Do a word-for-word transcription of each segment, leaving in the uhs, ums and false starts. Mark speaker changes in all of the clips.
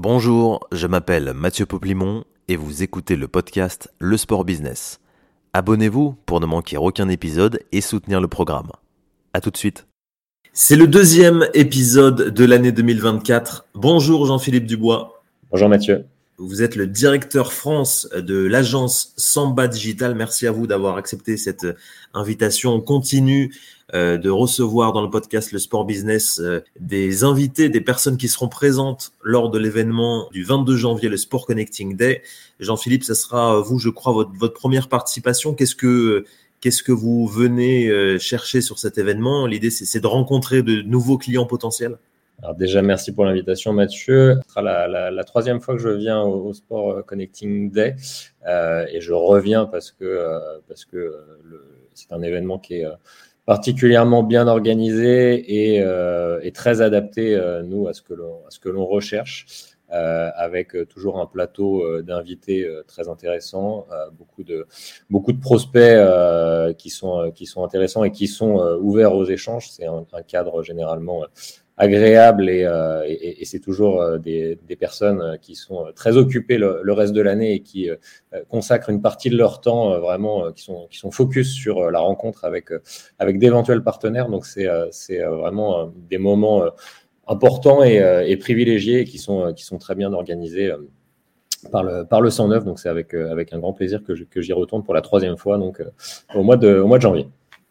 Speaker 1: Bonjour, je m'appelle Mathieu Poplimon et vous écoutez le podcast Le Sport Business. Abonnez-vous pour ne manquer aucun épisode et soutenir le programme. À tout de suite. C'est le deuxième épisode de l'année deux mille vingt-quatre. Bonjour Jean-Philippe Dubois.
Speaker 2: Bonjour Mathieu.
Speaker 1: Vous êtes le directeur France de l'agence Samba Digital. Merci à vous d'avoir accepté cette invitation. On continue euh, de recevoir dans le podcast Le Sport Business euh, des invités, des personnes qui seront présentes lors de l'événement du vingt-deux janvier, le Sport Connecting Day. Jean-Philippe, ce sera vous, je crois, votre, votre première participation. Qu'est-ce que, qu'est-ce que vous venez euh, chercher sur cet événement? L'idée, c'est, c'est de rencontrer de nouveaux clients potentiels.
Speaker 2: Alors déjà, merci pour l'invitation, Mathieu. Ce sera la, la, la troisième fois que je viens au, au Sport Connecting Day euh, et je reviens parce que, euh, parce que le, c'est un événement qui est particulièrement bien organisé et, euh, et très adapté, euh, nous, à ce que l'on, à ce que l'on recherche, euh, avec toujours un plateau euh, d'invités euh, très intéressant, euh, beaucoup de, beaucoup de prospects euh, qui, sont, qui sont intéressants et qui sont euh, ouverts aux échanges. C'est un, un cadre généralement euh, agréable et, euh, et, et c'est toujours euh, des, des personnes qui sont très occupées le, le reste de l'année et qui euh, consacrent une partie de leur temps euh, vraiment, euh, qui sont qui sont focus sur euh, la rencontre avec euh, avec d'éventuels partenaires. Donc c'est euh, c'est euh, vraiment euh, des moments euh, importants et, euh, et privilégiés et qui sont euh, qui sont très bien organisés euh, par le par le cent neuf. Donc c'est avec euh, avec un grand plaisir que je, que j'y retourne pour la troisième fois, donc euh, au mois de au mois de janvier.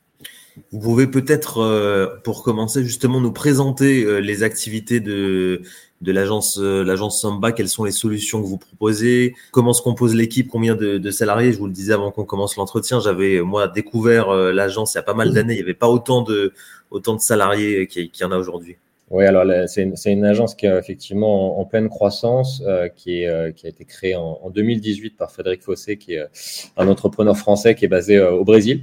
Speaker 1: Vous pouvez peut-être, euh, pour commencer, justement nous présenter euh, les activités de, de l'agence, euh, l'agence Samba. Quelles sont les solutions que vous proposez? Comment se compose l'équipe? Combien de, de salariés? Je vous le disais avant qu'on commence l'entretien, j'avais moi découvert euh, l'agence il y a pas mal d'années. Il n'y avait pas autant de, autant de salariés qu'il y en a aujourd'hui.
Speaker 2: Oui, alors là, c'est, une, c'est une agence qui est effectivement en, en pleine croissance, euh, qui, est, euh, qui a été créée en, en deux mille dix-huit par Frédéric Fossé, qui est euh, un entrepreneur français qui est basé euh, au Brésil.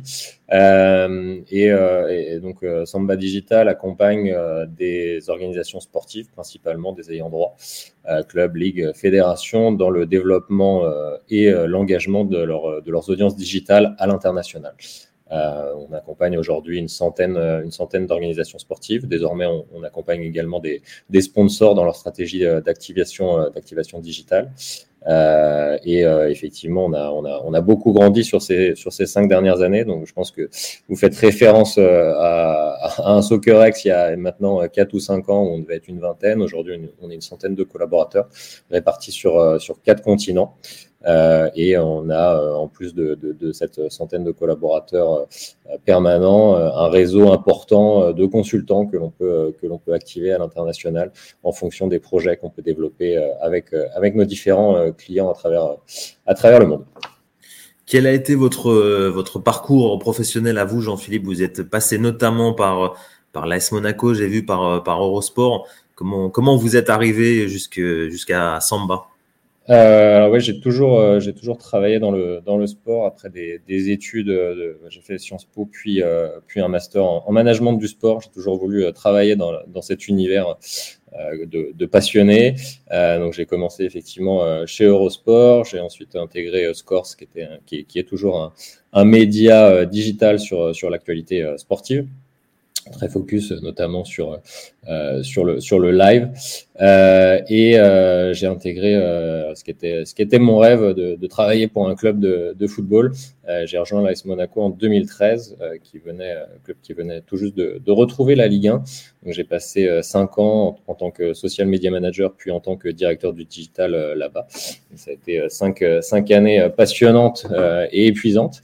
Speaker 2: Euh, et, euh, et donc, euh, Samba Digital accompagne euh, des organisations sportives, principalement des ayants droit, euh, clubs, ligues, fédérations, dans le développement euh, et euh, l'engagement de, leur, de leurs audiences digitales à l'international. Euh, on accompagne aujourd'hui une centaine, une centaine d'organisations sportives. Désormais, on, on accompagne également des, des sponsors dans leur stratégie d'activation, d'activation digitale. Euh, et euh, effectivement, on a, on a, on a beaucoup grandi sur ces, sur ces cinq dernières années. Donc, je pense que vous faites référence à, à un SoccerX il y a maintenant quatre ou cinq ans où on devait être une vingtaine. Aujourd'hui, on est une centaine de collaborateurs répartis sur, sur quatre continents. Euh, et on a, euh, en plus de, de, de cette centaine de collaborateurs euh, permanents, euh, un réseau important euh, de consultants que l'on peut, euh, que l'on peut activer à l'international en fonction des projets qu'on peut développer euh, avec, euh, avec nos différents euh, clients à travers, euh, à travers le monde.
Speaker 1: Quel a été votre, euh, votre parcours professionnel à vous, Jean-Philippe? Vous êtes passé notamment par, par l'A S Monaco, j'ai vu par, par Eurosport. Comment, comment vous êtes arrivé jusque, jusqu'à Samba?
Speaker 2: Euh, alors ouais, j'ai toujours, euh, j'ai toujours travaillé dans le dans le sport après des, des études. De, j'ai fait Sciences Po puis euh, puis un master en, en management du sport. J'ai toujours voulu euh, travailler dans dans cet univers euh, de, de passionné. Euh, donc j'ai commencé effectivement euh, chez Eurosport. J'ai ensuite intégré euh, Scores, qui était un, qui, qui est toujours un, un média euh, digital sur sur l'actualité euh, sportive. Très focus notamment sur euh, sur le sur le live euh, et euh, j'ai intégré euh, ce qui était ce qui était mon rêve de, de travailler pour un club de, de football. Euh, j'ai rejoint l'A S Monaco en deux mille treize, euh, qui venait euh, club qui venait tout juste de, de retrouver la Ligue un. Donc j'ai passé euh, cinq ans en, en tant que social media manager puis en tant que directeur du digital euh, là-bas. Et ça a été euh, cinq euh, cinq années euh, passionnantes euh, et épuisantes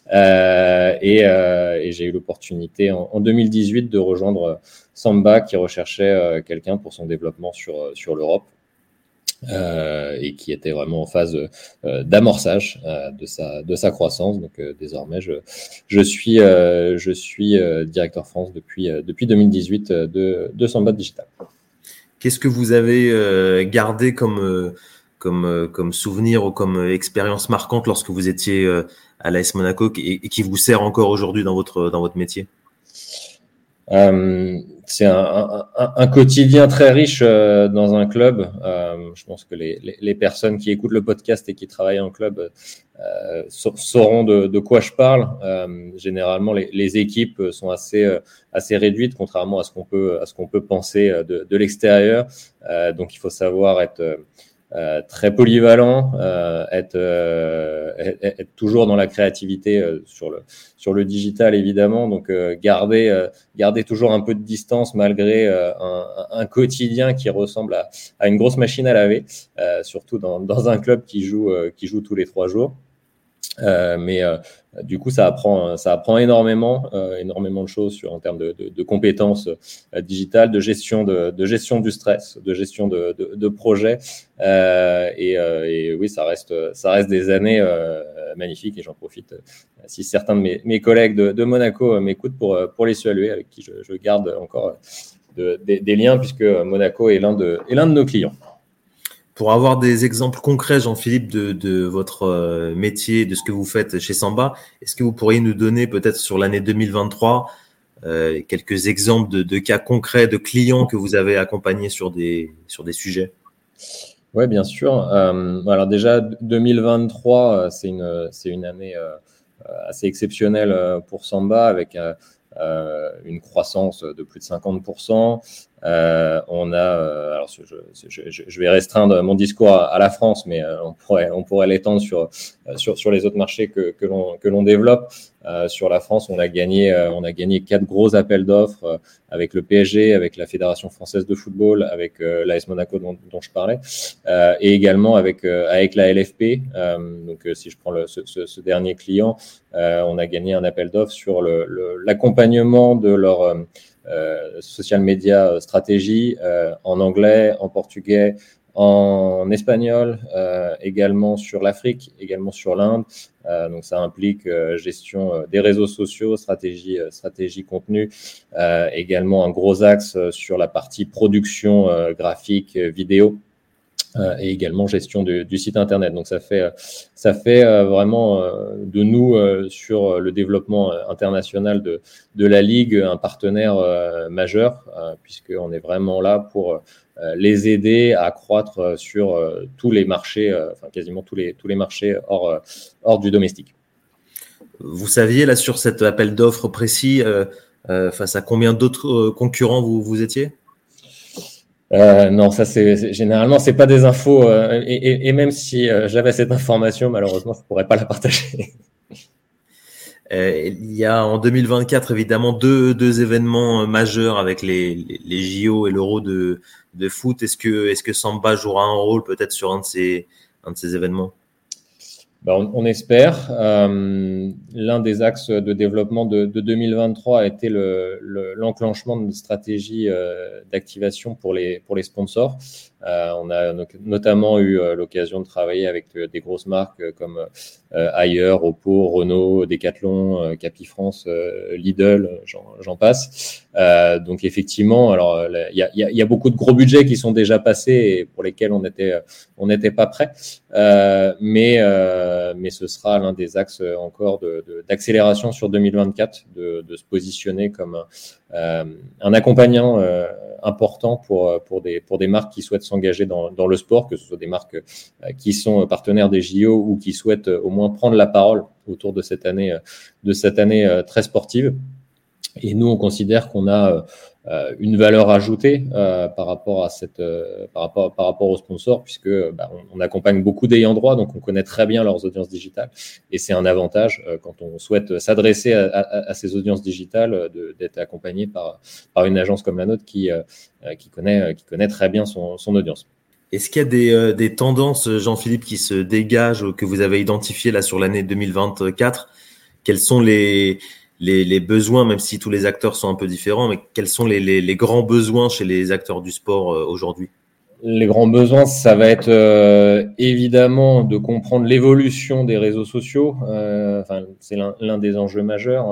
Speaker 2: euh, et, euh, et j'ai eu l'opportunité en, en deux mille dix-huit de rejoindre Samba qui recherchait euh, quelqu'un pour son développement sur, sur l'Europe euh, et qui était vraiment en phase euh, d'amorçage euh, de, sa, de sa croissance. Donc euh, désormais, je, je suis, euh, je suis euh, directeur France depuis, euh, depuis deux mille dix-huit euh, de, de Samba Digital.
Speaker 1: Qu'est-ce que vous avez euh, gardé comme, euh, comme, euh, comme souvenir ou comme euh, expérience marquante lorsque vous étiez euh, à l'A S Monaco et, et qui vous sert encore aujourd'hui dans votre, dans votre métier?
Speaker 2: Euh, c'est un, un, un quotidien très riche euh, dans un club. Euh, je pense que les, les, les personnes qui écoutent le podcast et qui travaillent en club euh, sauront de, de quoi je parle. Euh, généralement, les, les équipes sont assez, euh, assez réduites, contrairement à ce qu'on peut, à ce qu'on peut penser de, de l'extérieur. Euh, donc, il faut savoir être Euh, très polyvalent, euh, être, euh, être, être toujours dans la créativité euh, sur le sur le digital évidemment, donc euh, garder euh, garder toujours un peu de distance malgré euh, un, un quotidien qui ressemble à, à une grosse machine à laver, euh, surtout dans dans un club qui joue euh, qui joue tous les trois jours. Euh, mais euh, du coup, ça apprend, ça apprend énormément, euh, énormément de choses sur en termes de, de, de compétences euh, digitales, de gestion, de, de gestion du stress, de gestion de, de, de projets. Euh, et, euh, et oui, ça reste, ça reste des années euh, magnifiques. Et j'en profite euh, si certains de mes, mes collègues de, de Monaco euh, m'écoutent pour pour les saluer, avec qui je, je garde encore de, de, des liens, puisque Monaco est l'un de est l'un de nos clients.
Speaker 1: Pour avoir des exemples concrets, Jean-Philippe, de, de votre métier, de ce que vous faites chez Samba, est-ce que vous pourriez nous donner peut-être sur l'année deux mille vingt-trois euh, quelques exemples de, de cas concrets de clients que vous avez accompagnés sur des, sur des sujets?
Speaker 2: Oui, bien sûr. Euh, alors déjà, deux mille vingt-trois, c'est une, c'est une année euh, assez exceptionnelle pour Samba, avec euh, une croissance de plus de cinquante pour cent. Euh, on a, euh, alors je, je, je vais restreindre mon discours à, à la France, mais euh, on pourrait, on pourrait l'étendre sur, sur, sur les autres marchés que, que l'on, que l'on développe. Euh, sur la France, on a gagné, euh, on a gagné quatre gros appels d'offres euh, avec le P S G, avec la Fédération française de football, avec euh, l'A S Monaco dont, dont je parlais, euh, et également avec euh, avec la L F P. Euh, donc, euh, si je prends le, ce, ce, ce dernier client, euh, on a gagné un appel d'offres sur le, le, l'accompagnement de leur euh, Euh, social media stratégie euh, en anglais, en portugais, en espagnol, euh, également sur l'Afrique, également sur l'Inde. Euh, donc ça implique euh, gestion euh, des réseaux sociaux, stratégie, euh, stratégie contenu, euh, également un gros axe sur la partie production euh, graphique, vidéo. Euh, et également gestion du, du site internet. Donc ça fait ça fait euh, vraiment euh, de nous euh, sur le développement international de de la ligue un partenaire euh, majeur, euh, puisqu'on est vraiment là pour euh, les aider à croître sur euh, tous les marchés, euh, enfin quasiment tous les tous les marchés hors hors du domestique.
Speaker 1: Vous saviez là sur cet appel d'offres précis euh, euh, face à combien d'autres concurrents vous vous étiez?
Speaker 2: Euh, non, ça c'est, c'est généralement c'est pas des infos euh, et, et, et même si euh, j'avais cette information, malheureusement je pourrais pas la partager.
Speaker 1: euh, il y a en deux mille vingt-quatre évidemment deux deux événements majeurs avec les les, les J O et l'Euro de de foot. Est-ce que est-ce que Samba jouera un rôle peut-être sur un de ces un de ces événements?
Speaker 2: Ben, on, on espère. Euh, l'un des axes de développement de, de deux mille vingt-trois a été le, le, l'enclenchement d'une stratégie euh, d'activation pour les, pour les sponsors. Euh, on a notamment eu euh, l'occasion de travailler avec euh, des grosses marques euh, comme euh, Haier, Oppo, Renault, Decathlon, euh, Capifrance, euh, Lidl, j'en, j'en passe. Euh, donc effectivement, alors il y a, y, a, y a beaucoup de gros budgets qui sont déjà passés et pour lesquels on était on n'était pas prêt. Euh, mais euh, mais ce sera l'un des axes encore de, de, d'accélération sur deux mille vingt-quatre, de, de se positionner comme un, euh, un accompagnant euh, important pour pour des pour des marques qui souhaitent s'engager dans dans le sport, que ce soit des marques euh, qui sont partenaires des J O ou qui souhaitent au moins prendre la parole autour de cette année de cette année euh, très sportive. Et nous, on considère qu'on a euh, une valeur ajoutée euh, par rapport à cette, euh, par rapport, par rapport aux sponsors, puisque bah, on, on accompagne beaucoup d'ayants droit, donc on connaît très bien leurs audiences digitales, et c'est un avantage euh, quand on souhaite s'adresser à, à, à ces audiences digitales de, d'être accompagné par, par une agence comme la nôtre qui, euh, qui connaît, qui connaît très bien son, son audience.
Speaker 1: Est-ce qu'il y a des, euh, des tendances, Jean-Philippe, qui se dégagent, que vous avez identifiées là sur l'année deux mille vingt-quatre? Quels sont les Les, les besoins, même si tous les acteurs sont un peu différents, mais quels sont les, les, les grands besoins chez les acteurs du sport euh, aujourd'hui?
Speaker 2: Les grands besoins, ça va être euh, évidemment de comprendre l'évolution des réseaux sociaux. Euh, enfin, c'est l'un, l'un des enjeux majeurs.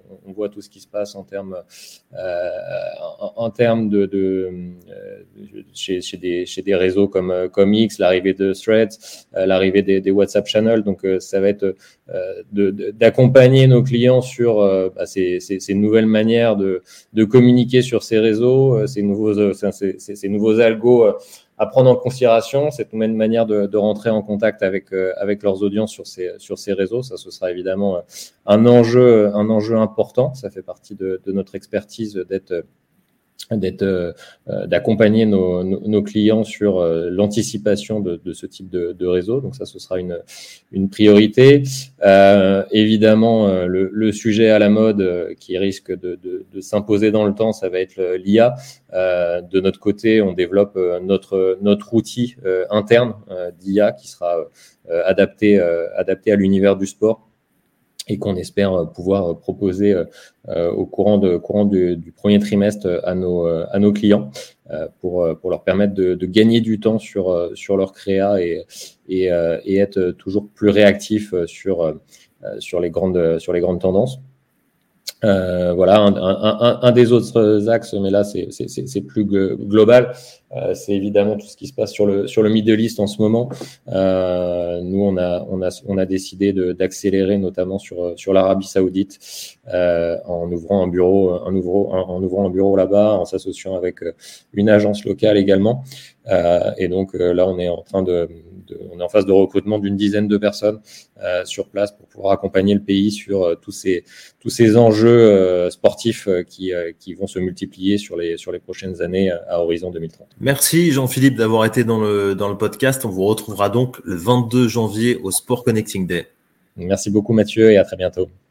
Speaker 2: on voit tout ce qui se passe en termes, euh, en, en termes de, de, de chez, chez, des, chez des réseaux comme, comme X, l'arrivée de Threads, euh, l'arrivée des, des WhatsApp channels. Donc, euh, ça va être euh, de, de, d'accompagner nos clients sur euh, bah, ces, ces, ces nouvelles manières de, de communiquer sur ces réseaux, euh, ces nouveaux, euh, ces, ces, ces nouveaux algos euh, à prendre en considération, cette nouvelle manière de, de rentrer en contact avec euh, avec leurs audiences sur ces sur ces réseaux. Ça, ce sera évidemment un enjeu un enjeu important. Ça fait partie de, de notre expertise d'être d'être euh, d'accompagner nos, nos, nos clients sur euh, l'anticipation de, de ce type de, de réseau. Donc ça, ce sera une une priorité. Euh, évidemment, euh, le, le sujet à la mode euh, qui risque de, de, de s'imposer dans le temps, ça va être l'I A. Euh, de notre côté, on développe euh, notre notre outil euh, interne euh, d'I A qui sera euh, adapté euh, adapté à l'univers du sport, et qu'on espère pouvoir proposer euh, au courant de courant du, du premier trimestre à nos à nos clients euh, pour pour leur permettre de, de gagner du temps sur sur leur créa et et, euh, et être toujours plus réactif sur euh, sur les grandes sur les grandes tendances. Euh, voilà un, un, un, un des autres axes, mais là c'est c'est c'est plus global. Euh, c'est évidemment tout ce qui se passe sur le sur le Middle East en ce moment. Euh, nous on a on a on a décidé de d'accélérer notamment sur sur l'Arabie Saoudite euh, en ouvrant un bureau un nouveau en, en ouvrant un bureau là-bas, en s'associant avec une agence locale également. Euh, et donc euh, là on est en train de, de on est en phase de recrutement d'une dizaine de personnes euh, sur place pour pouvoir accompagner le pays sur euh, tous ces tous ces enjeux euh, sportifs euh, qui euh, qui vont se multiplier sur les sur les prochaines années euh, à horizon deux mille trente.
Speaker 1: Merci Jean-Philippe d'avoir été dans le dans le podcast. On vous retrouvera donc le vingt-deux janvier au Sport Connecting Day.
Speaker 2: Merci beaucoup Mathieu et à très bientôt.